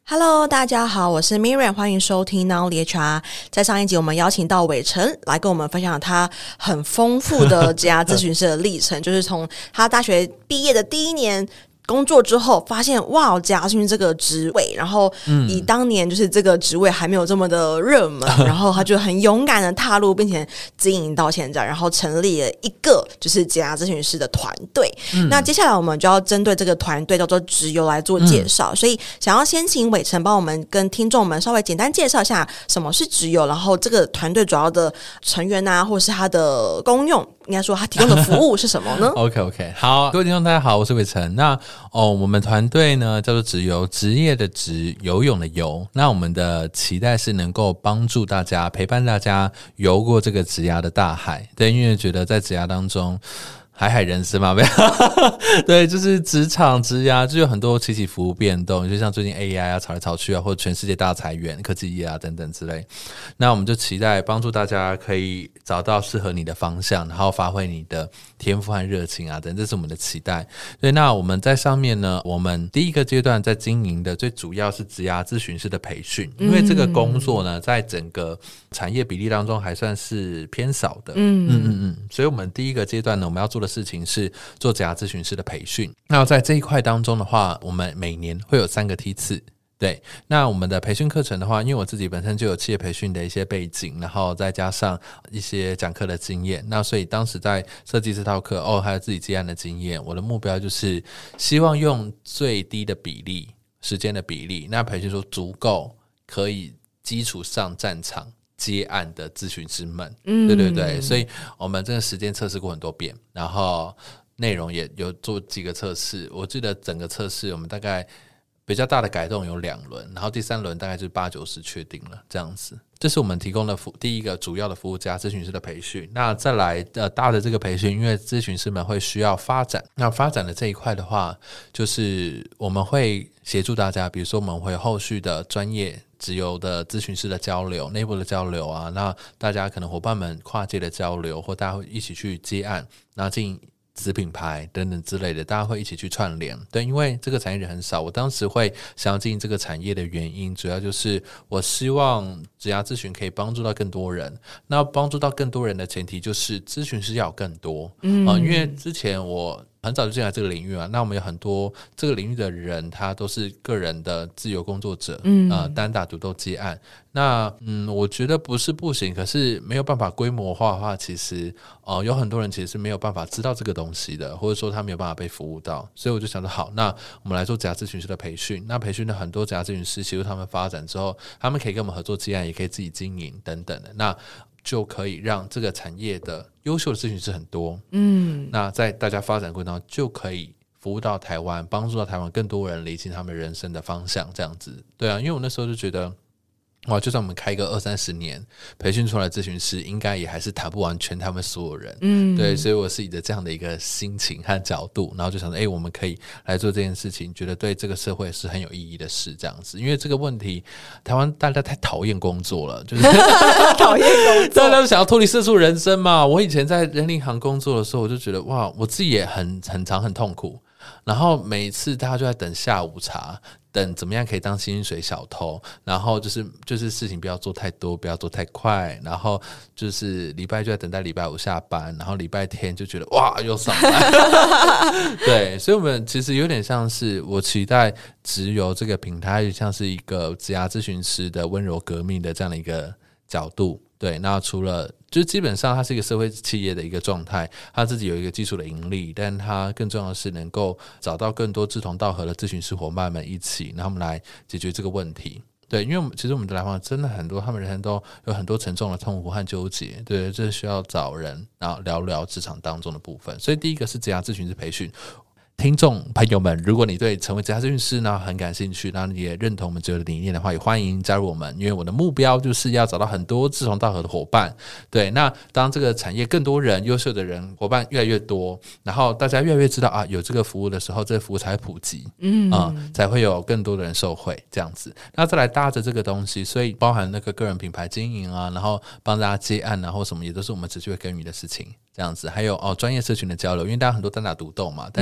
Hello， 大家好，我是 Miriam， 欢迎收听 Nowly HR。在上一集，我们邀请到伟成来跟我们分享他很丰富的职涯咨询师的历程，就是从他大学毕业的第一年工作之后，发现哇，职涯咨询这个职位，然后以当年就是这个职位还没有这么的热门，然后他就很勇敢的踏入，并且经营到现在，然后成立了一个就是职涯咨询师的团队。那接下来我们就要针对这个团队叫做职游来做介绍，所以想要先请伟成帮我们跟听众们稍微简单介绍一下什么是职游，然后这个团队主要的成员啊，或是它的功用，应该说他提供的服务是什么呢 ？OK， 好，各位听众大家好，我是伟成。那我们团队呢叫做职游，职业的职，游泳的游。那我们的期待是能够帮助大家，陪伴大家游过这个职涯的大海。对，因为觉得在职涯当中，海海人生嘛，对，就是职场职涯就有很多起起伏伏变动，就像最近 AI 啊吵来吵去啊，或者全世界大裁员、科技业啊等等之类。那我们就期待帮助大家可以找到适合你的方向，然后发挥你的天赋和热情啊等，这是我们的期待。对，那我们在上面呢，我们第一个阶段在经营的最主要是职涯咨询师的培训，因为这个工作呢，在整个产业比例当中还算是偏少的。所以我们第一个阶段呢，我们要做的事情是做职涯咨询师的培训。那在这一块当中的话，我们每年会有3个梯次。对，那我们的培训课程的话，因为我自己本身就有企业培训的一些背景，然后再加上一些讲课的经验，那所以当时在设计这套课还有自己接案的经验，我的目标就是希望用最低的比例，时间的比例，那培训出足够可以基础上战场接案的咨询师们。对，所以我们这个时间测试过很多遍，然后内容也有做几个测试。我记得整个测试我们大概比较大的改动有2轮，然后第3轮大概就是80-90%确定了这样子。这是我们提供的第一个主要的服务，职涯咨询师的培训。那再来大的这个培训，因为咨询师们会需要发展，那发展的这一块的话，就是我们会协助大家，比如说我们会后续的专业职游的咨询师的交流，内部的交流啊，那大家可能伙伴们跨界的交流，或大家会一起去接案，那进子品牌等等之类的，大家会一起去串联。对，因为这个产业人很少，我当时会想要进这个产业的原因，主要就是我希望职涯咨询可以帮助到更多人。那帮助到更多人的前提就是咨询师要有更多。因为之前我很早就进来这个领域嘛，那我们有很多这个领域的人，他都是个人的自由工作者，单打独斗接案。那我觉得不是不行，可是没有办法规模化的话，其实有很多人其实是没有办法知道这个东西的，或者说他没有办法被服务到。所以我就想说，好，那我们来做职涯咨询师的培训。那培训的很多职涯咨询师，协助他们发展之后，他们可以跟我们合作接案，也可以自己经营等等的。那就可以让这个产业的优秀的咨询师很多，那在大家发展过程当中就可以服务到台湾，帮助到台湾更多人理清他们人生的方向，这样子。对啊，因为我那时候就觉得，哇，就算我们开个20-30年，培训出来的咨询师应该也还是谈不完全他们所有人。对，所以我是以着这样的一个心情和角度，然后就想说，我们可以来做这件事情，觉得对这个社会是很有意义的事，这样子。因为这个问题，台湾大家太讨厌工作了，就是讨厌工作， 大家都想要脱离社畜人生嘛。我以前在人力行工作的时候，我就觉得哇，我自己也很常很痛苦。然后每一次大家就在等下午茶，等怎么样可以当薪水小偷，然后就是事情不要做太多，不要做太快，然后就是礼拜就在等待礼拜5下班，然后礼拜天就觉得哇又上班。对，所以我们其实有点像是我期待职游这个平台，像是一个职涯咨询师的温柔革命的这样的一个角度。对，那除了就基本上它是一个社会企业的一个状态，它自己有一个基础的盈利，但它更重要的是能够找到更多志同道合的咨询师伙伴们一起，然后我们来解决这个问题。对，因为其实我们的来访真的很多，他们人生都有很多沉重的痛苦和纠结，对，这需要找人然后聊聊职场当中的部分。所以第一个是职涯咨询师培训。听众朋友们，如果你对成为职涯咨询师呢很感兴趣，那你也认同我们职游的理念的话，也欢迎加入我们。因为我的目标就是要找到很多志同道合的伙伴。对，那当这个产业更多人优秀的人伙伴越来越多，然后大家越来越知道啊有这个服务的时候，这个服务才会普及，才会有更多的人受惠这样子。那再来搭着这个东西，所以包含那个个人品牌经营啊，然后帮大家接案啊或什么，也都是我们持续会耕耘的事情。这样子，还有专业社群的交流，因为大家很多单打独斗嘛，但是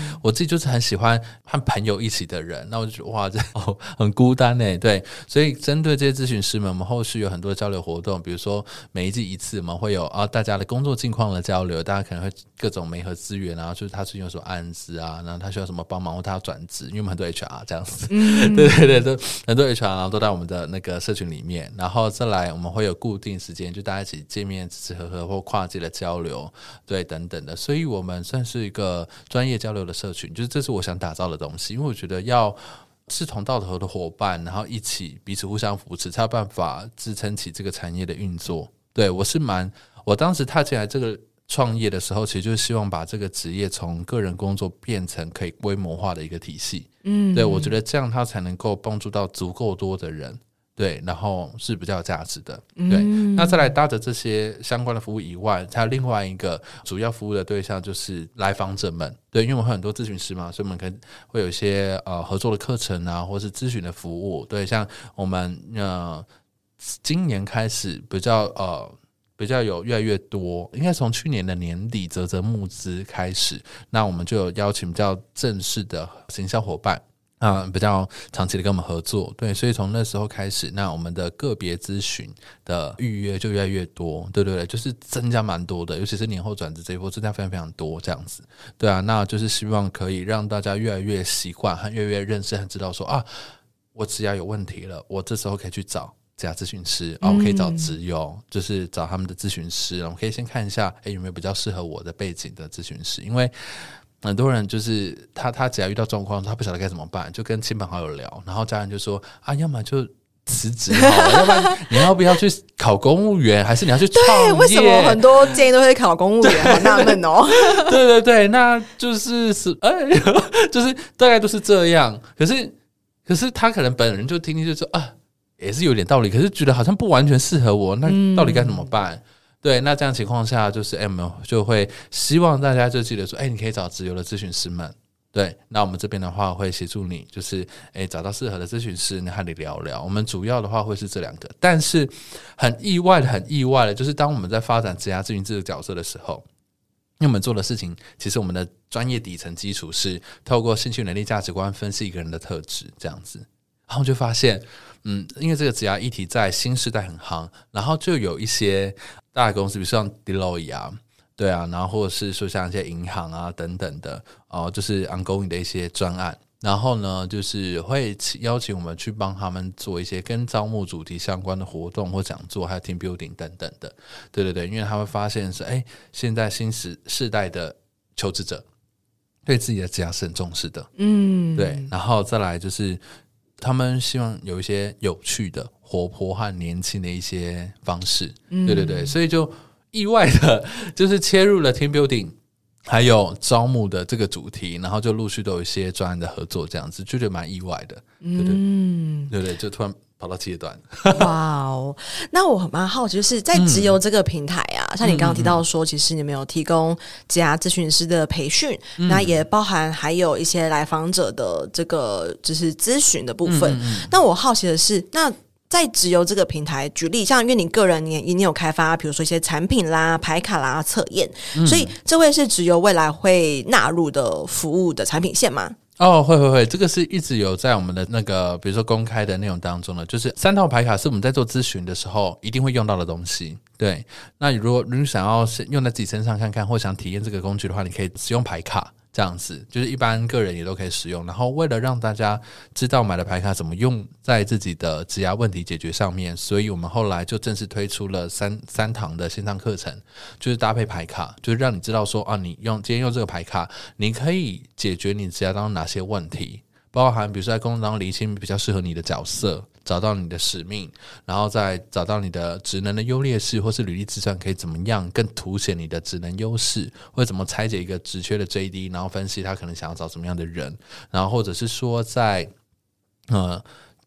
我自己就是很喜欢和朋友一起的人，那我就觉得哇，这很孤单耶。对，所以针对这些咨询师们，我们后续有很多交流活动，比如说每一季一次，我们会有大家的工作近况的交流，大家可能会各种媒合资源啊，就是他最近有什么案子啊，然后他需要什么帮忙，或他要转职，因为我们很多 HR 这样子，对对对，都很多 HR 然后都在我们的那个社群里面，然后再来我们会有固定时间，就大家一起见面吃吃喝喝或跨界的交流，对等等的，所以我们算是一个专业交流的社群，就是这是我想打造的东西，因为我觉得要志同道合的伙伴，然后一起彼此互相扶持，才有办法支撑起这个产业的运作。对，我当时踏进来这个创业的时候，其实就是希望把这个职业从个人工作变成可以规模化的一个体系。对，我觉得这样它才能够帮助到足够多的人。对，然后是比较有价值的。对，那再来搭着这些相关的服务以外，还有另外一个主要服务的对象就是来访者们。对，因为我们有很多咨询师嘛，所以我们可能会有一些合作的课程啊，或是咨询的服务。对，像我们今年开始比较有越来越多，应该从去年的年底嘖募资开始，那我们就有邀请比较正式的行销伙伴。比较长期的跟我们合作，对，所以从那时候开始，那我们的个别咨询的预约就越来越多，对对对，就是增加蛮多的，尤其是年后转职这一波增加非常非常多这样子，对啊，那就是希望可以让大家越来越习惯和越来越认识和知道说我职涯有问题了，我这时候可以去找职涯咨询师，我可以找职友，就是找他们的咨询师，我可以先看一下有没有比较适合我的背景的咨询师，因为很多人就是他只要遇到状况，他不晓得该怎么办，就跟亲朋好友聊，然后家人就说要么就辞职好了，要不然你要不要去考公务员，还是你要去创业？ 对，为什么很多建议都会考公务员？好纳闷哦。 对对对，那就是就是大概都是这样。可是他可能本人就听就说也是有点道理，可是觉得好像不完全适合我，那到底该怎么办？对，那这样情况下就是我们就会希望大家就记得说你可以找直邮的咨询师们，对，那我们这边的话会协助你就是找到适合的咨询师，和你聊聊，我们主要的话会是这两个，但是很意外的就是当我们在发展职涯咨询这个角色的时候，因为我们做的事情其实我们的专业底层基础是透过兴趣能力价值观分析一个人的特质这样子，然后就发现因为这个职涯议题在新世代很夯，然后就有一些大的公司，比如像 Deloitte 啊，对啊，然后或者是说像一些银行啊等等的就是 ongoing 的一些专案，然后呢就是会邀请我们去帮他们做一些跟招募主题相关的活动或讲座，还有 team building 等等的，对对对，因为他会发现是现在新世代的求职者对自己的职涯是很重视的，对，然后再来就是他们希望有一些有趣的、活泼和年轻的一些方式，对对对，所以就意外的就是切入了 team building 还有招募的这个主题，然后就陆续都有一些专案的合作，这样子就觉得蛮意外的，对对对对，就突然跑到阶段。 哇哦，那我蛮好奇，就是在直邮这个平台像你刚刚提到说，其实你们有提供职涯咨询师的培训，那也包含还有一些来访者的这个就是咨询的部分。那我好奇的是，那在直邮这个平台，举例像因为你个人你有开发比如说一些产品啦、牌卡啦、测验，所以这会是直邮未来会纳入的服务的产品线吗？ 会，这个是一直有在我们的那个比如说公开的内容当中的，就是3套牌卡是我们在做咨询的时候一定会用到的东西。对，那如果你想要用在自己身上看看，或想体验这个工具的话，你可以使用牌卡，这样子就是一般个人也都可以使用。然后为了让大家知道买的牌卡怎么用在自己的职涯问题解决上面，所以我们后来就正式推出了三堂的线上课程，就是搭配牌卡，就是让你知道说你今天用这个牌卡，你可以解决你职涯当中哪些问题，包含比如说在工作当中厘清比较适合你的角色，找到你的使命，然后再找到你的职能的优劣势，或是履历自传可以怎么样更凸显你的职能优势，或者怎么拆解一个职缺的 JD， 然后分析他可能想要找什么样的人，然后或者是说在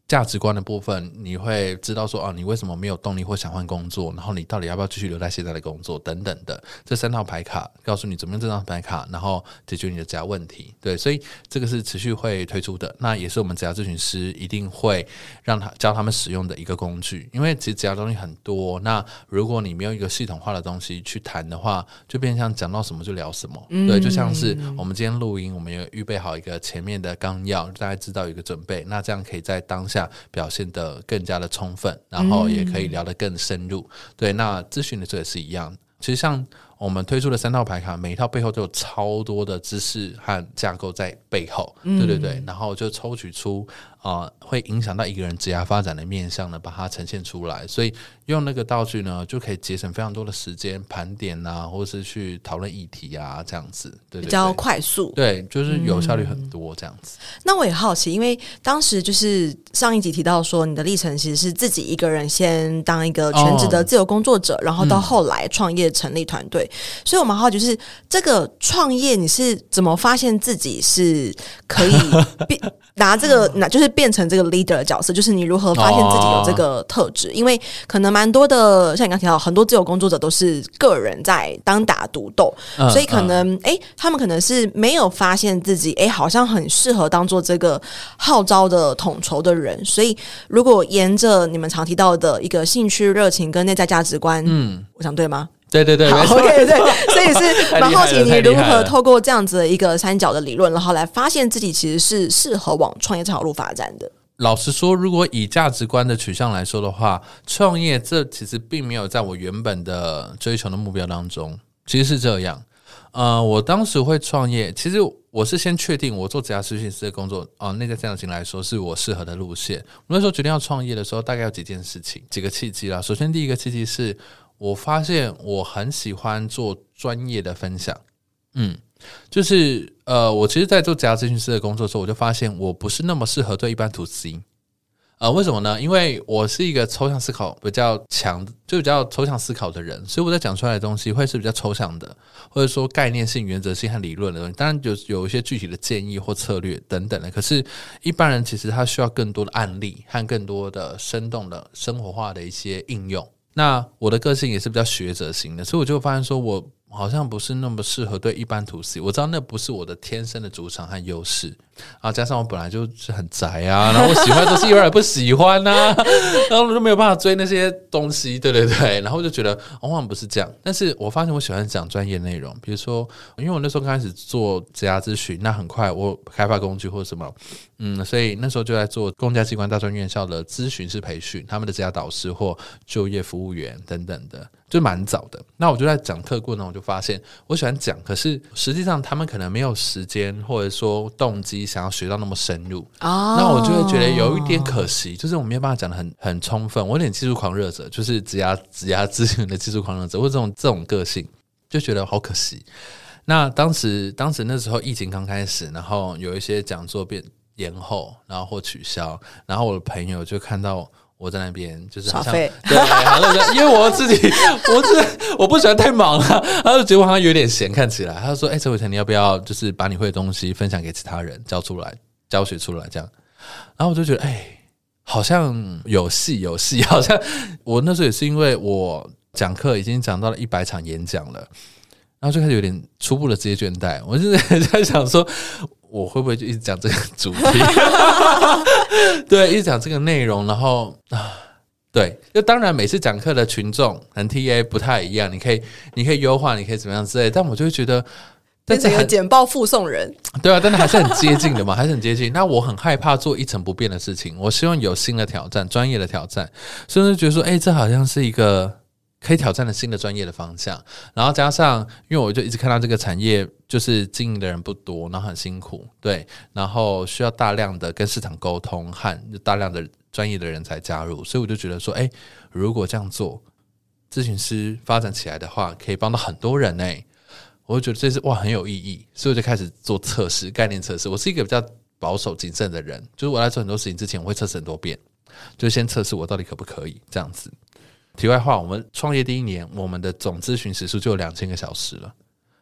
价值观的部分，你会知道说你为什么没有动力或想换工作，然后你到底要不要继续留在现在的工作等等的，这3套牌卡告诉你怎么用这张牌卡，然后解决你的职涯问题。对，所以这个是持续会推出的，那也是我们职涯咨询师一定会教他们使用的一个工具。因为其实职涯东西很多，那如果你没有一个系统化的东西去谈的话，就变成像讲到什么就聊什么。对，就像是我们今天录音，我们也预备好一个前面的纲要，大概知道有一个准备，那这样可以在当下表现得更加的充分，然后也可以聊得更深入。对，那咨询的时候也是一样，其实像我们推出的3套牌卡，每一套背后都有超多的知识和架构在背后，对对对，然后就抽取出会影响到一个人职业发展的面向呢，把它呈现出来。所以用那个道具呢，就可以节省非常多的时间盘点啊，或是去讨论议题啊，这样子，对对对， 比较快速， 对，就是有效率很多这样子。 那我也好奇，因为当时就是上一集提到说，你的历程其实是自己一个人先当一个全职的自由工作者，然后到后来创业成立团队。所以我们好奇就是这个创业你是怎么发现自己是可以拿这个就是变成这个 leader 的角色，就是你如何发现自己有这个特质。因为可能蛮多的像你刚提到很多自由工作者都是个人在单打独斗，所以可能他们可能是没有发现自己好像很适合当做这个号召的统筹的人。所以如果沿着你们常提到的一个兴趣热情跟内在价值观，我想对吗？ 对对对， 好 OK 对，所以是蛮好奇你如何透过这样子的一个3角的理论，然后来发现自己其实是适合往创业这条路发展的。 老实说，如果以价值观的取向来说的话，创业这其实并没有在我原本的追求的目标当中，其实是这样。我当时会创业，其实我是先确定我做职涯咨询师的工作内在成长型来说是我适合的路线。我那时候决定要创业的时候，大概有几件事情，几个契机啦。首先第一个契机是我发现我很喜欢做专业的分享，就是我其实在做职涯咨询师的工作的时候，我就发现我不是那么适合对一般 to C。为什么呢？因为我是一个抽象思考比较强，就比较抽象思考的人，所以我在讲出来的东西会是比较抽象的，或者说概念性、原则性和理论的东西。当然有一些具体的建议或策略等等的，可是一般人其实他需要更多的案例和更多的生动的生活化的一些应用。那我的个性也是比较学者型的，所以我就发现说我好像不是那么适合对一般to C， 我知道那不是我的天生的主场和优势啊，加上我本来就是很宅啊，然后我喜欢的东西有点不喜欢啊，然后我就没有办法追那些东西，对对对，然后我就觉得好像不是这样。但是我发现我喜欢讲专业内容，比如说因为我那时候刚开始做职涯咨询，那很快我开发工具或什么所以那时候就在做公家机关大专院校的咨询师培训，他们的职涯导师或就业服务员等等的，就蛮早的。那我就在讲课过程中我就发现我喜欢讲，可是实际上他们可能没有时间或者说动机想要学到那么深入那我就会觉得有一点可惜，就是我没有办法讲得很充分，我有点技术狂热者，就是职涯咨询的技术狂热者，或者这种个性，就觉得好可惜。那当时那时候疫情刚开始，然后有一些讲座变延后，然后或取消，然后我的朋友就看到我在那边就是好像对，因为我自己我不喜欢太忙了，他就觉得我好像有点闲，看起来他就说陈伟成你要不要就是把你会的东西分享给其他人，教学出来这样。然后我就觉得好像有戏，好像我那时候也是因为我讲课已经讲到了100场演讲了，然后就开始有点初步的职业倦怠，我就在想说我会不会就一直讲这个主题对，一直讲这个内容，然后对，就当然每次讲课的群众和 TA 不太一样，你可以优化，你可以怎么样之类的，但我就会觉得变成一个简报附送人， 对啊，但是还是很接近的嘛，还是很接近。那我很害怕做一成不变的事情，我希望有新的挑战，专业的挑战，所以就觉得说这好像是一个可以挑战的新的专业的方向。然后加上因为我就一直看到这个产业就是经营的人不多，然后很辛苦，对，然后需要大量的跟市场沟通和大量的专业的人才加入，所以我就觉得说如果这样做咨询师发展起来的话，可以帮到很多人我就觉得这是很有意义，所以我就开始做测试，概念测试。我是一个比较保守谨慎的人，就是我在做很多事情之前我会测试很多遍，就先测试我到底可不可以这样子。题外话，我们创业第1年我们的总咨询时数就有2000个小时了，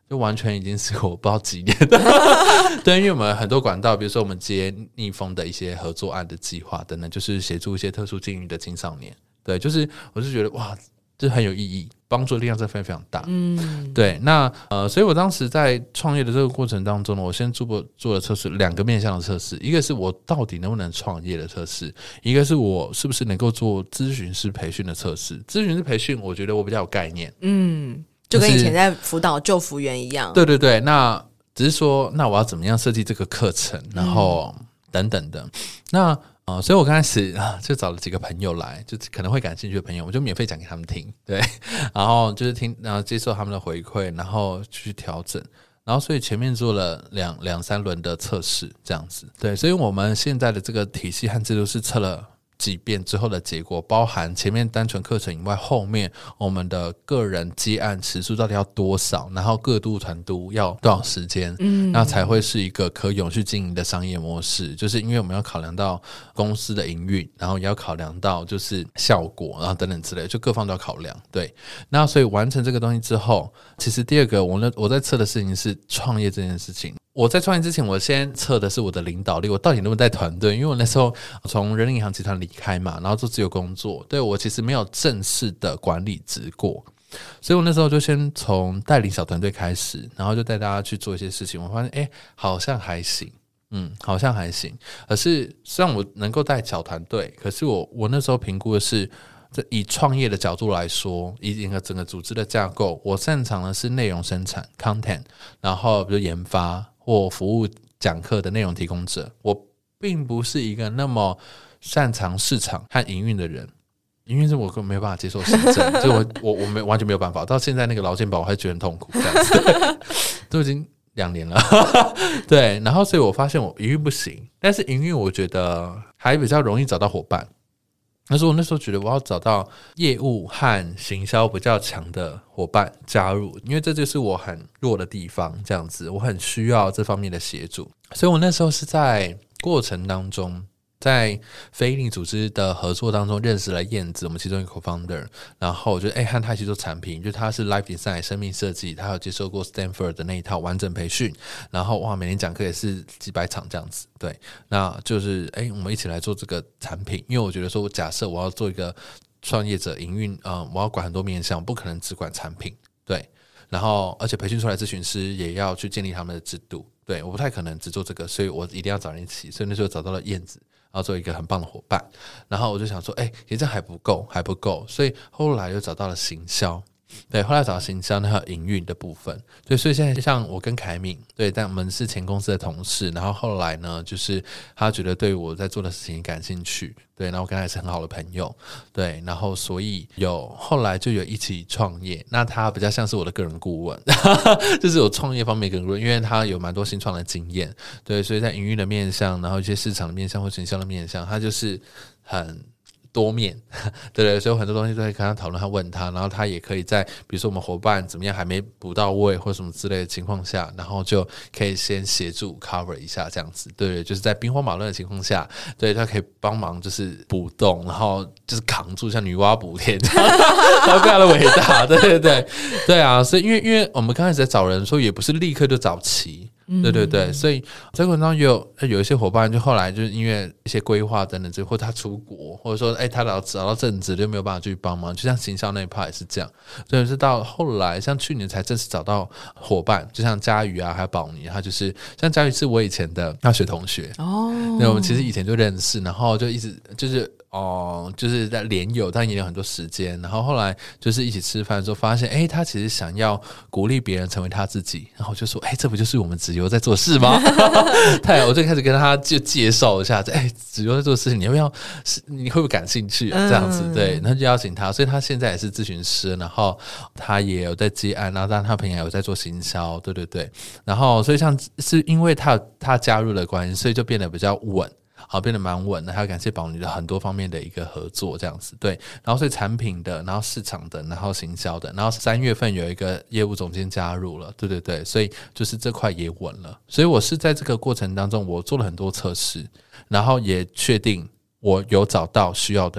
就完全已经是我不知道几年的对，因为我们很多管道，比如说我们接逆风的一些合作案的计划等等，就是协助一些特殊境遇的青少年。对，就是我是觉得哇，这很有意义，帮助的力量真的非常非常大。对，那所以我当时在创业的这个过程当中呢，我先做了测试，2个面向的测试，一个是我到底能不能创业的测试，一个是我是不是能够做咨询师培训的测试。咨询师培训，我觉得我比较有概念， 就跟以前在辅导就服员一样。 对对对，那只是说，那我要怎么样设计这个课程，然后等等的。那所以我刚开始就找了几个朋友来，就可能会感兴趣的朋友，我就免费讲给他们听，对，然后就是听，然后接受他们的回馈，然后去调整。然后所以前面做了两三轮的测试，这样子。对，所以我们现在的这个体系和制度是测了几遍之后的结果，包含前面单纯课程以外，后面我们的个人接案时数到底要多少，然后各度团督要多少时间，那才会是一个可永续经营的商业模式。就是因为我们要考量到公司的营运，然后也要考量到就是效果，然后等等之类的，就各方都要考量。对，那所以完成这个东西之后，其实第二个我在测的事情是创业这件事情。我在创业之前，我先测的是我的领导力，我到底能不能带团队？因为我那时候从人力银行集团离开嘛，然后做自由工作，对，我其实没有正式的管理职过，所以我那时候就先从带领小团队开始，然后就带大家去做一些事情。我发现，好像还行，好像还行。可是虽然我能够带小团队，可是我那时候评估的是，以创业的角度来说，以整个组织的架构，我擅长的是内容生产 content， 然后比如研发或服务讲课的内容提供者，我并不是一个那么擅长市场和营运的人。营运是我根本没有办法接受行政，就我完全没有办法。到现在那个劳健保我还觉得很痛苦，这样子都已经2年了对，然后所以我发现我营运不行，但是营运我觉得还比较容易找到伙伴。但是我那时候觉得我要找到业务和行销比较强的伙伴加入，因为这就是我很弱的地方，这样子我很需要这方面的协助。所以我那时候是在过程当中，在非营利组织的合作当中认识了燕子，我们其中一个 co-founder， 然后我就和他一起做产品，就他是 life design 生命设计，他有接受过 Stanford 的那一套完整培训，然后哇，每年讲课也是几百场这样子。对，那就是我们一起来做这个产品，因为我觉得说，假设我要做一个创业者营运，我要管很多面向，不可能只管产品，对，然后而且培训出来咨询师也要去建立他们的制度，对，我不太可能只做这个，所以我一定要找人一起，所以那时候找到了燕子，然后做一个很棒的伙伴，然后我就想说，其实这还不够，所以后来又找到了行销。对，后来找到行销还有营运的部分，对，所以现在像我跟凯敏，对，但我们是前公司的同事，然后后来呢，就是他觉得对我在做的事情感兴趣，对，然后我跟他也是很好的朋友，对，然后所以后来就有一起创业，那他比较像是我的个人顾问就是我创业方面个人顾问，因为他有蛮多新创的经验，对，所以在营运的面向，然后一些市场的面向或行销的面向，他就是很多面对，所以有很多东西都可以跟他讨论，他问他，然后他也可以在比如说我们伙伴怎么样还没补到位或什么之类的情况下，然后就可以先协助 cover 一下这样子，对，就是在兵荒马乱的情况下，对，他可以帮忙就是补洞，然后就是扛住像女娲补天这样他非常的伟大，对啊，所以因为我们刚开始在找人，所以也不是立刻就找齐，对，所以这个过程中有一些伙伴，就后来就是因为一些规划等等，或他出国，或者说他找到正职就没有办法继续帮忙，就像行销那一 part 也是这样，所以是到后来像去年才正式找到伙伴，就像佳宇啊还有宝妮，他就是像佳宇是我以前的大学同学对，我们其实以前就认识，然后就一直就是在联友，但也有很多时间，然后后来就是一起吃饭的时候发现他其实想要鼓励别人成为他自己，然后我就说这不就是我们子由在做事吗我就开始跟他就介绍一下子由在做事情，你会不会感兴趣这样子，对，然后就邀请他，所以他现在也是咨询师，然后他也有在接案，然后但他平常有在做行销，对，然后所以像是因为他加入的关系，所以就变得比较稳，好，变得蛮稳的，还要感谢宝妮的很多方面的一个合作这样子，对，然后所以产品的，然后市场的，然后行销的，然后3月份有一个业务总监加入了，对，所以就是这块也稳了，所以我是在这个过程当中我做了很多测试，然后也确定我有找到需要的人，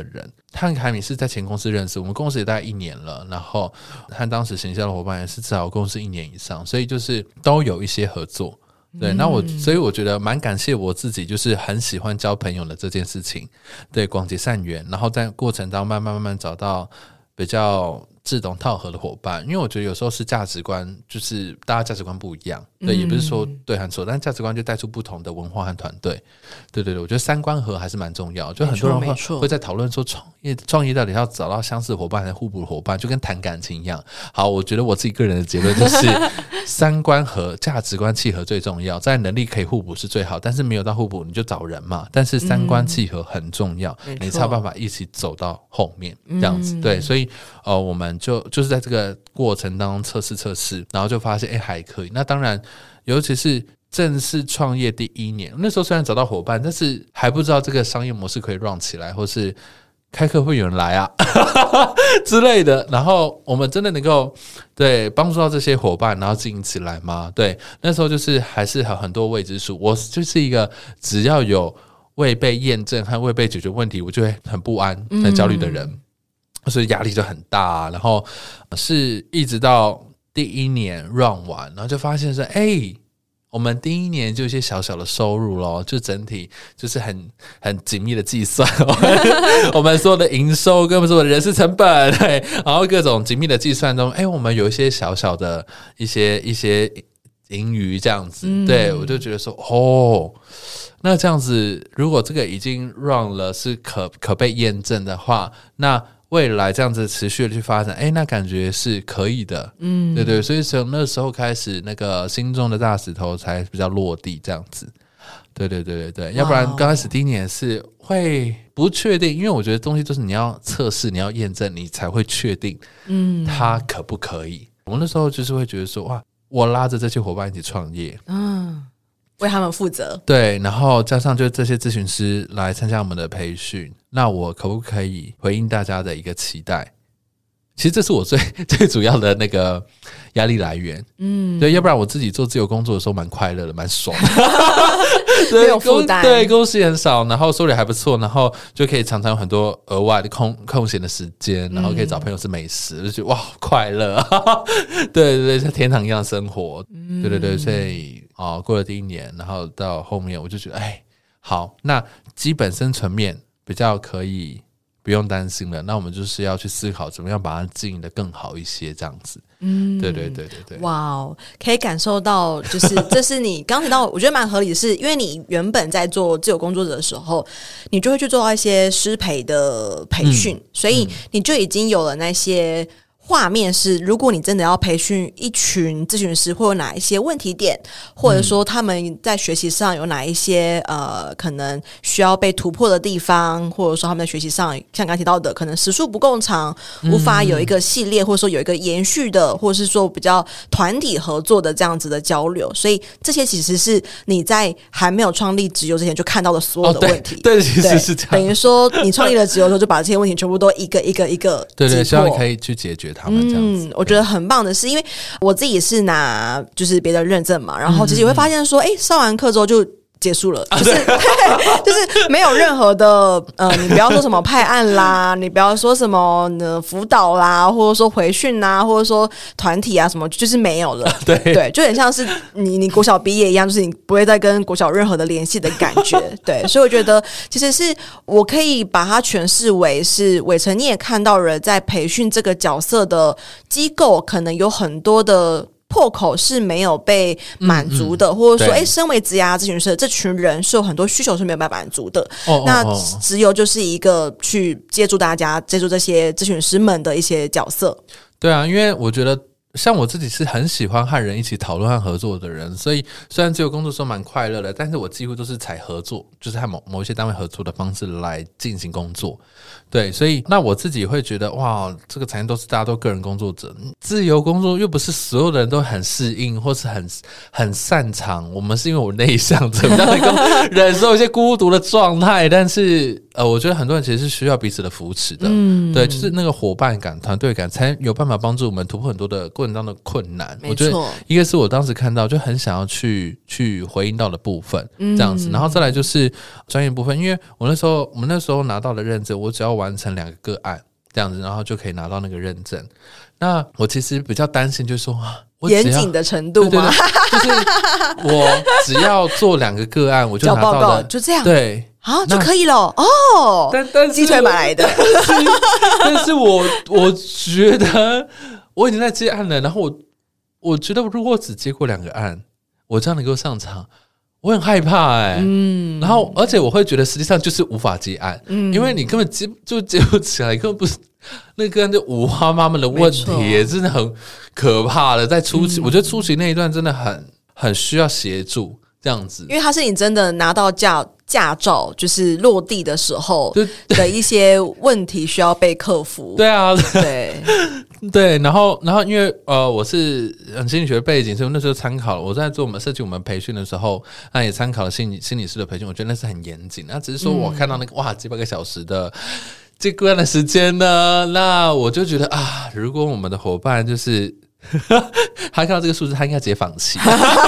和凯米是在前公司认识，我们公司也大概1年了，然后和当时行销的伙伴也是至少公司1年以上，所以就是都有一些合作。对，那所以我觉得蛮感谢我自己，就是很喜欢交朋友的这件事情，对，广结善缘，然后在过程当中慢慢找到比较志同道合的伙伴，因为我觉得有时候是价值观，就是大家价值观不一样，对，也不是说对和错，但价值观就带出不同的文化和团队，对，我觉得三观合还是蛮重要，就很多人会在讨论说创业到底要找到相似伙伴还是互补的伙伴，就跟谈感情一样。好，我觉得我自己个人的结论就是三观合、价值观契合最重要，在能力可以互补是最好，但是没有到互补你就找人嘛，但是三观契合很重要，你才有办法一起走到后面这样子。对，所以我们就是在这个过程当中测试，然后就发现还可以。那当然尤其是正式创业第1年，那时候虽然找到伙伴，但是还不知道这个商业模式可以 run 起来，或是开课会有人来啊之类的，然后我们真的能够对帮助到这些伙伴然后经营起来吗？对，那时候就是还是有很多未知数，我就是一个只要有未被验证和未被解决问题我就会很不安很焦虑的人，所以压力就很大，然后是一直到第1年 run 完，然后就发现说我们第1年就有一些小小的收入咯，就整体就是很紧密的计算我们所有的营收跟我们所有的人事成本，对，然后各种紧密的计算中我们有一些小小的一些盈余这样子，对，我就觉得说那这样子如果这个已经 run 了是可被验证的话，那未来这样子持续的去发展那感觉是可以的，对，所以从那时候开始那个心中的大石头才比较落地这样子，对，要不然刚开始第1年是会不确定，因为我觉得东西都是你要测试你要验证你才会确定它可不可以。我那时候就是会觉得说哇，我拉着这些伙伴一起创业， 为他们负责， 对，然后加上就这些咨询师来参加我们的培训，那我可不可以回应大家的一个期待？其实这是我最主要的那个压力来源，对，要不然我自己做自由工作的时候蛮快乐的，蛮爽的没有负担， 对，工时也很少，然后收入还不错，然后就可以常常有很多额外的空闲的时间，然后可以找朋友吃美食，就觉得哇快乐对，像天堂一样的生活，对，所以过了第1年，然后到后面我就觉得好，那基本生存面比较可以不用担心了，那我们就是要去思考怎么样把它经营的更好一些这样子。对， 哇，可以感受到就是这是你刚提到我觉得蛮合理的是，因为你原本在做自由工作者的时候你就会去做到一些师培的培训，所以你就已经有了那些画面是如果你真的要培训一群咨询师会有哪一些问题点，或者说他们在学习上有哪一些可能需要被突破的地方，或者说他们在学习上像刚提到的可能时数不够长，无法有一个系列或者说有一个延续的，或者是说比较团体合作的这样子的交流，所以这些其实是你在还没有创立直邮之前就看到的所有的问题， 对，其实是这样， 等于说你创立了直邮之后就把这些问题全部都一个对，希望可以去解决他们这样子。 我觉得很棒的是因为我自己也是拿就是别的认证嘛，然后其实也会发现说上完课之后就结束了，就是就是没有任何的你不要说什么派案啦，你不要说什么辅导啦，或者说回训啦，或者说团体啊什么，就是没有了。对，就很像是你国小毕业一样，就是你不会再跟国小任何的联系的感觉。对，所以我觉得其实是我可以把它诠释为是伟成你也看到了在培训这个角色的机构可能有很多的破口是没有被满足的，或者说身为职涯咨询师这群人是有很多需求是没有办法满足的，那直邮就是一个去接触大家接触这些咨询师们的一些角色。 对啊，因为我觉得像我自己是很喜欢和人一起讨论和合作的人，所以虽然自由工作的时候蛮快乐的，但是我几乎都是采合作，就是和某一些单位合作的方式来进行工作。对，所以那我自己会觉得哇，这个产业都是大家都个人工作者，自由工作又不是所有的人都很适应或是很擅长，我们是因为我内向者比较能够忍受一些孤独的状态，但是我觉得很多人其实是需要彼此的扶持的，对，就是那个伙伴感、团队感，才有办法帮助我们突破很多的过程当中的困难。我觉得一个是我当时看到就很想要去回应到的部分，这样子，然后再来就是专业部分，因为我们那时候拿到的认证，我只要完成2个个案这样子，然后就可以拿到那个认证。那我其实比较担心，就是说严谨的程度吗？ 对，就是我只要做2个个案，我就拿到了， 交报告就这样， 对。 就可以了哦。 但鸡腿买来的， 但是我觉得我已经在接案了，然后我觉得如果只接过2个案，我这样能够上场，我很害怕然后而且我会觉得实际上就是无法接案，因为你根本接不起来，根本不是那个就五花八门的问题，真的很可怕的。在初期，我觉得初期那一段真的很需要协助，这样子， 因为它是你真的拿到驾照就是落地的时候的一些问题需要被克服。 对啊， 对， 然后因为我是心理学背景，所以我那时候参考了，我在做设计我们培训的时候，那也参考了心理师的培训，我觉得那是很严谨。那只是说我看到那个几百个小时的这个的时间呢，那我就觉得如果我们的伙伴就是他看到这个数字，他应该直接放弃。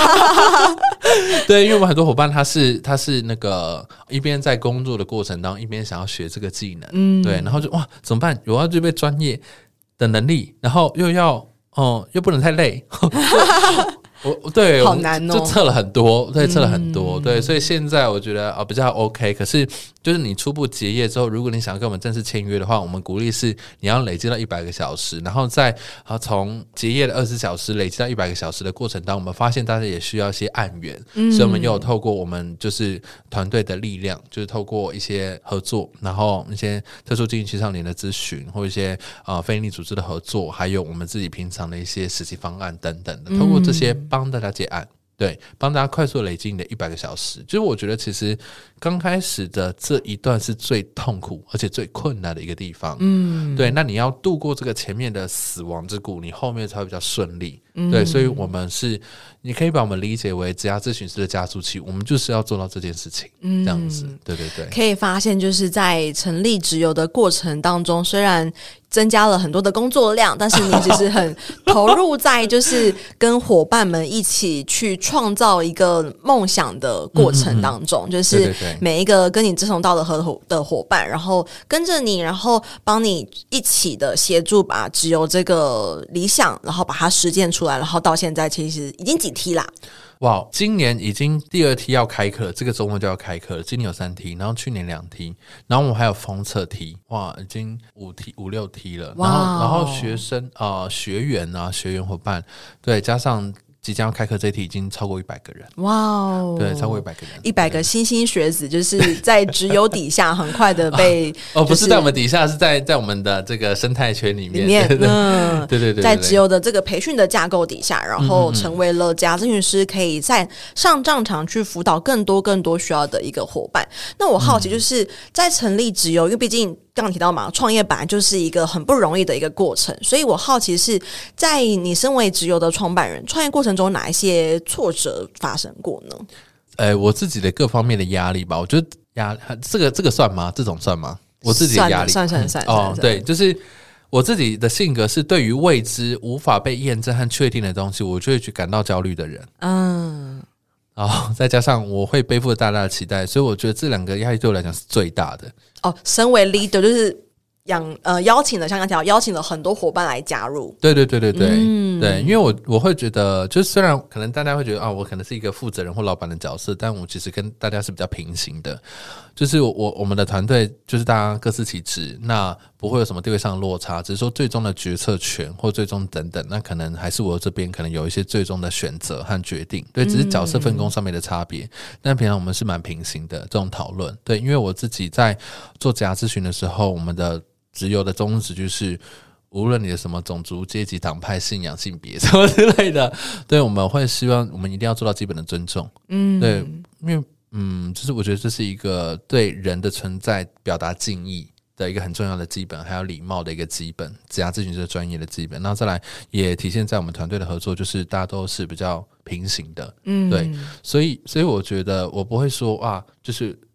对，因为我们很多伙伴他是那个一边在工作的过程当中，一边想要学这个技能，对，然后就怎么办？我要具备专业的能力，然后又不能太累。对， 好难哦， 就测了很多，对，所以现在我觉得比较 OK。可是就是你初步结业之后，如果你想要跟我们正式签约的话，我们鼓励是你要累积到100个小时，然后再从结业的24小时累积到100个小时的过程当中，我们发现大家也需要一些案源，所以我们也有透过我们就是团队的力量，就是透过一些合作，然后一些特殊经营青少年的咨询，或一些非营利组织的合作，还有我们自己平常的一些实际方案等等的，透过这些帮大家结案，对，帮大家快速累积你的100个小时。就是我觉得其实刚开始的这一段是最痛苦而且最困难的一个地方，对，那你要度过这个前面的死亡之谷，你后面才会比较顺利，对，所以我们你可以把我们理解为职涯咨询师的加速器，我们就是要做到这件事情，这样子，对， 可以发现就是在成立职游的过程当中，虽然增加了很多的工作量，但是你只是很投入在就是跟伙伴们一起去创造一个梦想的过程当中，就是每一个跟你志同道合的伙伴，然后跟着你，然后帮你一起的协助把职游这个理想，然后把它实践出来，然后到现在其实已经几梯啦。 哇，今年已经第2梯要开课了，这个周末就要开课了。今年有3梯，然后去年2梯，然后我们还有封测梯，哇，已经5梯、5、6梯了。然后学生学员伙伴，对，加上即将要开课这一题已经超过100个人，哇哦！对，超过100个人 ，100个莘莘学子，就是在职游底下很快的被不是在我们底下，是在我们的这个生态圈里面，对， 在职游的这个培训的架构底下，然后成为了职涯咨询师，可以在上战场去辅导更多需要的一个伙伴。那我好奇就是在成立职游，因为毕竟刚刚提到嘛，创业本来就是一个很不容易的一个过程，所以我好奇是在你身为职游的创办人，创业过程中哪一些挫折发生过呢？ 我自己的各方面的压力吧，我觉得这个算吗？这种算吗？我自己的压力算对，就是我自己的性格是对于未知、无法被验证和确定的东西，我就会去感到焦虑的人。再加上我会背负大大的期待，所以我觉得这2个压力对我来讲是最大的。 身为 leader 就是邀请了像刚才邀请了很多伙伴来加入， 对，因为我会觉得，就是虽然可能大家会觉得我可能是一个负责人或老板的角色，但我其实跟大家是比较平行的，就是我们的团队就是大家各司其职，那不会有什么地位上的落差，只是说最终的决策权或最终等等，那可能还是我这边可能有一些最终的选择和决定，对，只是角色分工上面的差别，但平常我们是蛮平行的这种讨论，对，因为我自己在做职涯咨询的时候，我们的职游的宗旨就是无论你的什么种族、阶级、党派、信仰、性别什么之类的，对，我们会希望我们一定要做到基本的尊重，对，因为就是我觉得这是一个对人的存在表达敬意的一个很重要的基本，还有礼貌的一个基本，职涯咨询师专业的基本，然后再来也体现在我们团队的合作，就是大家都是比较平行的，对，所以我觉得我不会说就是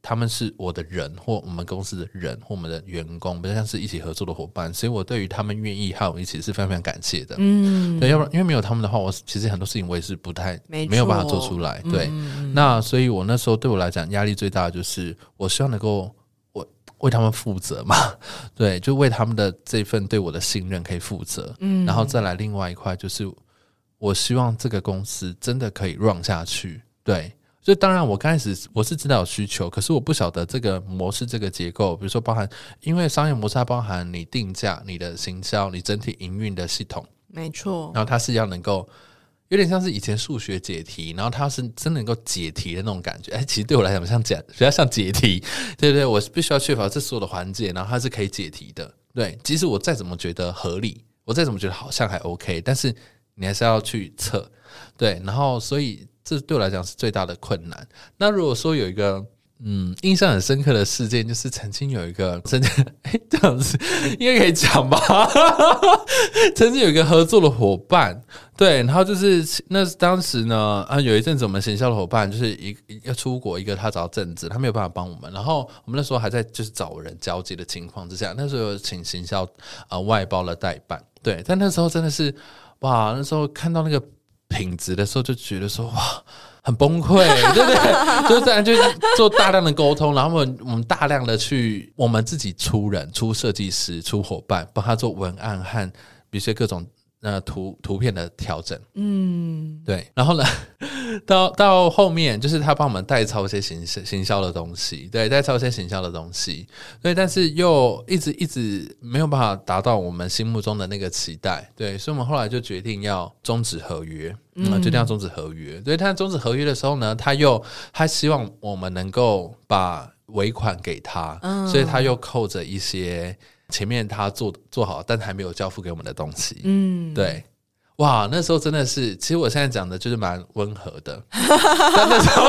他们是我的人，或我们公司的人，或我们的员工，比较像是一起合作的伙伴，所以我对于他们愿意和我一起是非常非常感谢的。对，要不然因为没有他们的话，我其实很多事情我也是不太没有办法做出来。对，那所以我那时候对我来讲压力最大的就是我希望能够为他们负责嘛，对，就为他们的这份对我的信任可以负责。然后再来另外一块就是我希望这个公司真的可以 run 下去。对，所以当然我刚开始我是知道有需求，可是我不晓得这个模式这个结构，比如说包含因为商业模式它包含你定价、你的行销、你整体营运的系统， 没错， 然后它是要能够有点像是以前数学解题，然后它是真的能够解题的那种感觉。其实对我来讲比较像解题，对对，我必须要确保这所有的环节，然后它是可以解题的。对，即使我再怎么觉得合理，我再怎么觉得好像还 OK， 但是你还是要去测。对，然后所以这对我来讲是最大的困难。那如果说有一个印象很深刻的事件，就是曾经有一个这样子应该可以讲吧曾经有一个合作的伙伴，对，然后就是当时呢有一阵子我们行销的伙伴就是要出国，一个他找正职，他没有办法帮我们，然后我们那时候还在就是找人交接的情况之下，那时候有请行销外包了代办，对，但那时候真的是哇，那时候看到那个品质的时候就觉得说哇很崩溃，对不对？就是当然就是做大量的沟通，然后我们大量的去我们自己出人、出设计师、出伙伴，帮他做文案和比如说各种图片的调整。对。然后呢，到后面就是他帮我们代操一些行销的东西，对，代操一些行销的东西，对，但是又一直没有办法达到我们心目中的那个期待，对，所以我们后来就决定要终止合约。决定要终止合约。对，他终止合约的时候呢，他希望我们能够把尾款给他，所以他又扣着一些前面他做好但还没有交付给我们的东西。对。哇，那时候真的是，其实我现在讲的就是蛮温和的，但那时候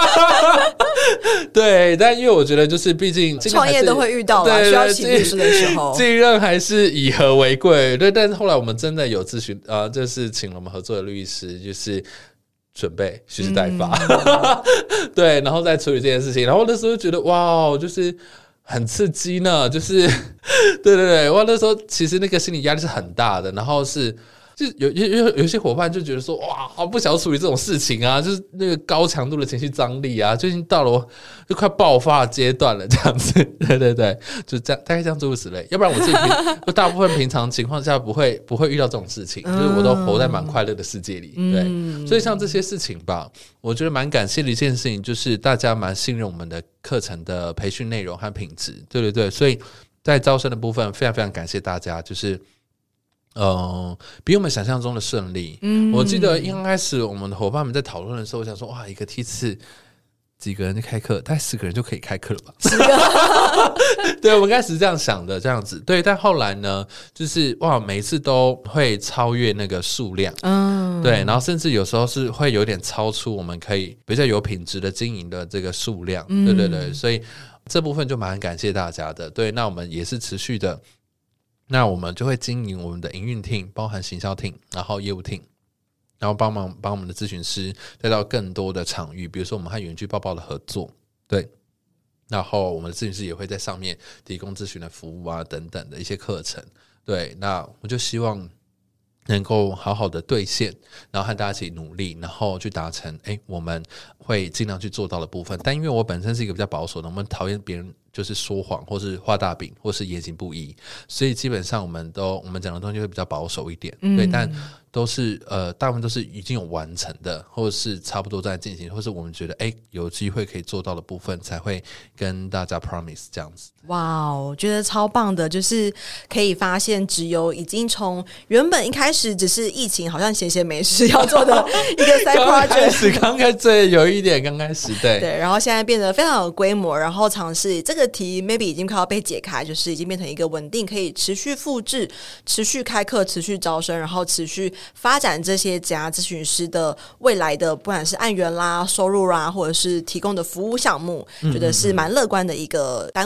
对，但因为我觉得就是毕竟创业都会遇到啦，需要请律师的时候， 尽量还是以和为贵。对，但是后来我们真的有咨询就是请了我们合作的律师，就是准备蓄势待发，对，然后再处理这件事情。然后那时候觉得哇，就是很刺激呢，就是对对对，哇，那时候其实那个心理压力是很大的，然后是。就有些伙伴就觉得说哇，不想要处理这种事情啊，就是那个高强度的情绪张力啊，就已经到了就快爆发的阶段了，这样子，对对对，就这样，大概这样诸如此类。要不然我自己大部分平常情况下不会遇到这种事情，就是我都活在蛮快乐的世界里，对。所以像这些事情吧，我觉得蛮感谢的一件事情，就是大家蛮信任我们的课程的培训内容和品质，对对对。所以在招生的部分，非常非常感谢大家，就是比我们想象中的顺利。我记得一刚开始我们的伙伴们在讨论的时候，我想说哇，一个梯次几个人就开课，大概10个人就可以开课了吧？10个对，我们开始这样想的，这样子。对，但后来呢，就是哇，每一次都会超越那个数量，对，然后甚至有时候是会有点超出我们可以比较有品质的经营的这个数量，对对对，所以这部分就蛮感谢大家的。对，那我们也是持续的。那我们就会经营我们的营运 team， 包含行销 team， 然后业务 team， 然后帮我们的咨询师带到更多的场域，比如说我们和远距抱抱的合作，对，然后我们的咨询师也会在上面提供咨询的服务啊等等的一些课程，对，那我就希望能够好好的兑现，然后和大家一起努力，然后去达成我们会尽量去做到的部分。但因为我本身是一个比较保守的，我们讨厌别人就是说谎或是画大饼或是言行不一，所以基本上我们讲的东西会比较保守一点，对，但都是大部分都是已经有完成的，或者是差不多在进行，或是我们觉得有机会可以做到的部分，才会跟大家 promise 这样子。哇， 我觉得超棒的，就是可以发现直邮已经从原本一开始只是疫情好像闲闲没事要做的一个 side project， 刚开始有一点刚开始对， 然后现在变得非常有规模，然后尝试这个题 maybe 已经快要被解开，就是已经变成一个稳定可以持续复制、持续开课、持续招生，然后持续发展这些家咨询师的未来的不管是案源啦、收入啦，或者是提供的服务项目，觉得是蛮乐观的一个单位。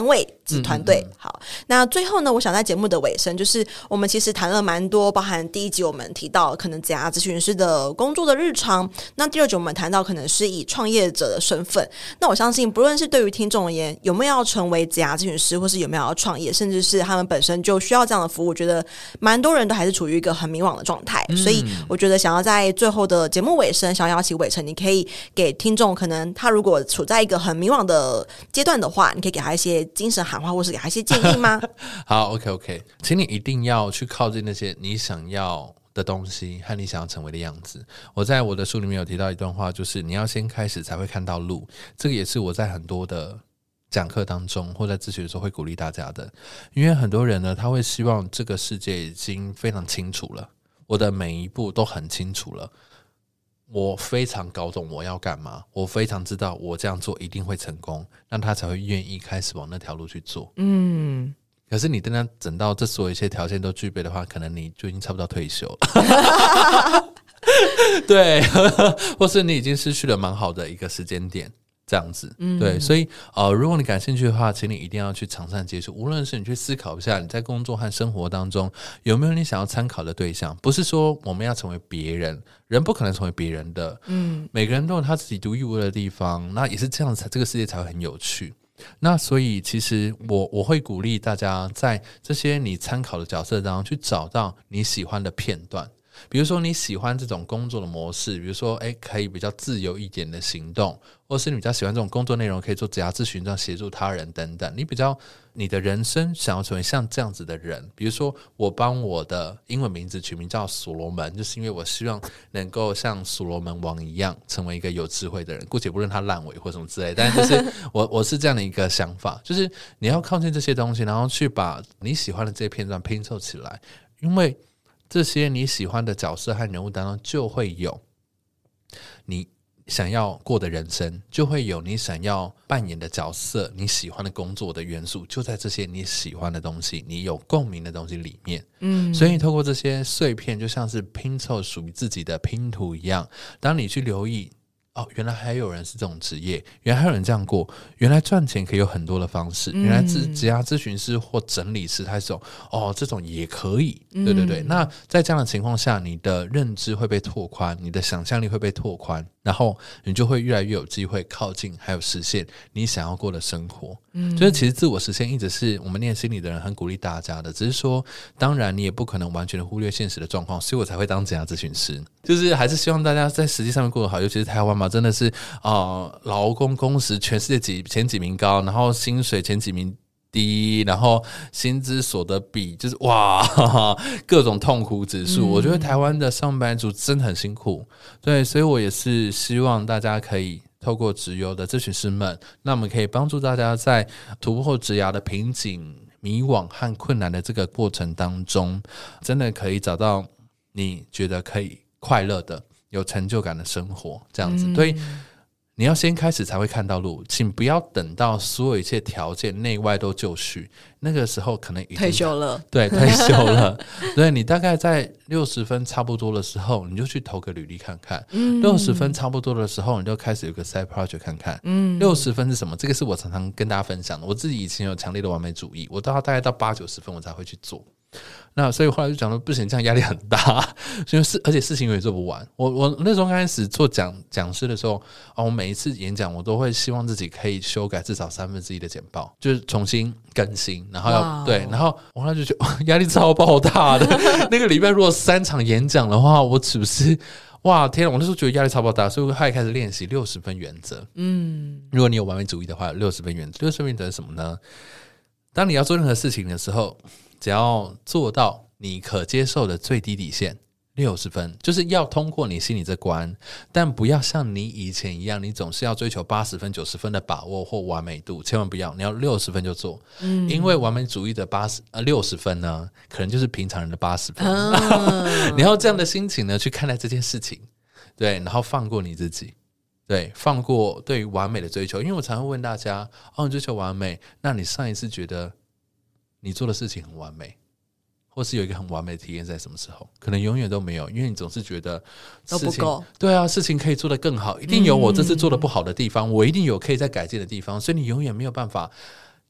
子团队。好，那最后呢，我想在节目的尾声，就是我们其实谈了蛮多，包含第一集我们提到可能职涯咨询师的工作的日常，那第二集我们谈到可能是以创业者的身份。那我相信不论是对于听众而言，有没有要成为职涯咨询师，或是有没有要创业，甚至是他们本身就需要这样的服务，我觉得蛮多人都还是处于一个很迷惘的状态。所以我觉得想要在最后的节目尾声，想要邀请伟成，你可以给听众，可能他如果处在一个很迷惘的阶段的话，你可以给他一些精神喊话，或是给他一些建议吗？ 好 OK， 请你一定要去靠近那些你想要的东西和你想要成为的样子。我在我的书里面有提到一段话，就是你要先开始才会看到路。这个也是我在很多的讲课当中或在咨询的时候会鼓励大家的。因为很多人呢，他会希望这个世界已经非常清楚了，我的每一步都很清楚了，我非常搞懂我要干嘛，我非常知道我这样做一定会成功，那他才会愿意开始往那条路去做。可是你等到这所有一切条件都具备的话，可能你就已经差不多退休了对或是你已经失去了蛮好的一个时间点这样子。对，所以如果你感兴趣的话，请你一定要去常常接触，无论是你去思考一下你在工作和生活当中有没有你想要参考的对象。不是说我们要成为别人，人不可能成为别人的，每个人都有他自己独一无二的地方，那也是这样子，这个世界才会很有趣。那所以其实我会鼓励大家在这些你参考的角色当中去找到你喜欢的片段。比如说你喜欢这种工作的模式，比如说可以比较自由一点的行动，或是你比较喜欢这种工作内容可以做职涯咨询，这样协助他人等等，你的人生想要成为像这样子的人。比如说我帮我的英文名字取名叫所罗门，就是因为我希望能够像所罗门王一样成为一个有智慧的人，姑且不论他烂尾或什么之类，但就是我是这样的一个想法，就是你要靠近这些东西，然后去把你喜欢的这些片段拼凑起来。因为这些你喜欢的角色和人物当中，就会有你想要过的人生，就会有你想要扮演的角色，你喜欢的工作的元素，就在这些你喜欢的东西，你有共鸣的东西里面。所以你透过这些碎片，就像是拼凑属于自己的拼图一样，当你去留意原来还有人是这种职业，原来还有人这样过，原来赚钱可以有很多的方式，原来职涯咨询师或整理师他这种也可以。对，那在这样的情况下，你的认知会被拓宽，你的想象力会被拓宽，然后你就会越来越有机会靠近还有实现你想要过的生活。就是其实自我实现一直是我们念心理的人很鼓励大家的，只是说当然你也不可能完全的忽略现实的状况，所以我才会当职涯咨询师，就是还是希望大家在实际上面过得好。尤其是台湾嘛，真的是劳工工时全世界前几名高，然后薪水前几名低，然后薪资所得比就是各种痛苦指数。我觉得台湾的上班族真的很辛苦。对，所以我也是希望大家可以透过职优的咨询师们，那我们可以帮助大家在突破职涯的瓶颈、迷惘和困难的这个过程当中，真的可以找到你觉得可以快乐的有成就感的生活这样子。对，你要先开始才会看到路，请不要等到所有一切条件内外都就绪，那个时候可能已经退休了。 对，退休了对，你大概在60分差不多的时候，你就去投个履历看看，60分差不多的时候，你就开始有个 side project 看看60分是什么。这个是我常常跟大家分享的，我自己以前有强烈的完美主义，我大概到80-90分我才会去做。那所以后来就讲说不行，这样压力很大，而且事情也做不完。我那时候刚开始做讲师的时候我每一次演讲我都会希望自己可以修改至少1/3的简报，就是重新更新，然后对，然后我后来就觉得压力超爆大的那个礼拜如果3场演讲的话，我是不是天啊，我那时候觉得压力超爆大，所以我后来开始练习60分原则。如果你有完美主义的话，60分原则。60分原则是什么呢？当你要做任何事情的时候，只要做到你可接受的最低底线60分，就是要通过你心里这关，但不要像你以前一样，你总是要追求80分90分的把握或完美度，千万不要，你要60分就做。因为完美主义的60分呢，可能就是平常人的80分你要这样的心情呢去看待这件事情，对，然后放过你自己，对，放过对于完美的追求。因为我常会问大家你追求完美，那你上一次觉得你做的事情很完美，或是有一个很完美的体验在什么时候？可能永远都没有，因为你总是觉得都不够。 对啊，事情可以做得更好，一定有我这次做得不好的地方，我一定有可以再改进的地方，所以你永远没有办法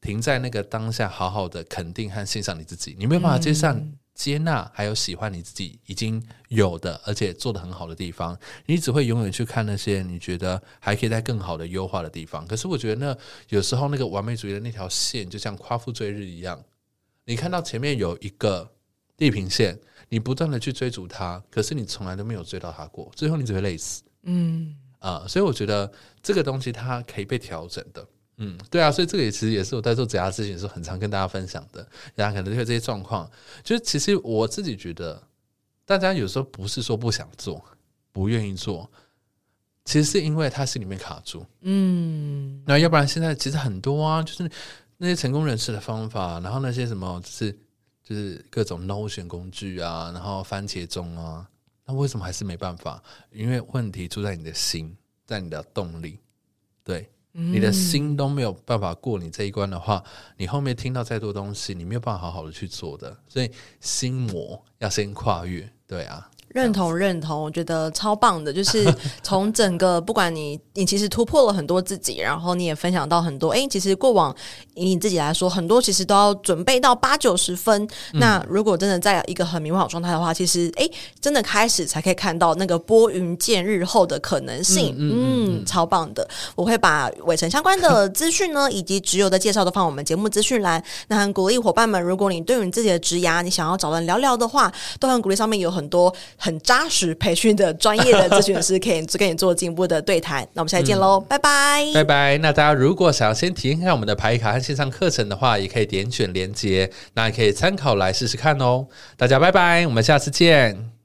停在那个当下，好好的肯定和欣赏你自己，你没有办法接纳还有喜欢你自己已经有的而且做得很好的地方，你只会永远去看那些你觉得还可以再更好的优化的地方。可是我觉得有时候那个完美主义的那条线就像夸父追日一样，你看到前面有一个地平线，你不断的去追逐它，可是你从来都没有追到它过，最后你只会累死。所以我觉得这个东西它可以被调整的。对啊，所以这个其实也是我在做职涯咨询的时候很常跟大家分享的。大家可能会有这些状况，就是其实我自己觉得，大家有时候不是说不想做、不愿意做，其实是因为他心里面卡住。那要不然现在其实很多啊，就是那些成功人士的方法，然后那些什么就是各种 Notion 工具啊，然后番茄钟啊，那为什么还是没办法？因为问题出在你的心，在你的动力，对。你的心都没有办法过你这一关的话，你后面听到再多东西你没有办法好好的去做的，所以心魔要先跨越。对啊， 认同，我觉得超棒的，就是从整个不管你其实突破了很多自己，然后你也分享到很多，其实过往以你自己来说，很多其实都要准备到80-90分，那如果真的在一个很迷惘的状态的话，其实真的开始才可以看到那个拨云见日后的可能性。超棒的。我会把伟成相关的资讯呢以及职友的介绍都放我们节目资讯栏，那很鼓励伙伴们，如果你对于你自己的职涯你想要找人聊聊的话，都很鼓励上面有很多很扎实培训的专业的咨询师可以跟你做进一步的对谈。那我们下期见咯，拜拜拜拜。那大家如果想要先体验看我们的牌卡和线上课程的话，也可以点选连结，那也可以参考来试试看哦。大家拜拜，我们下次见。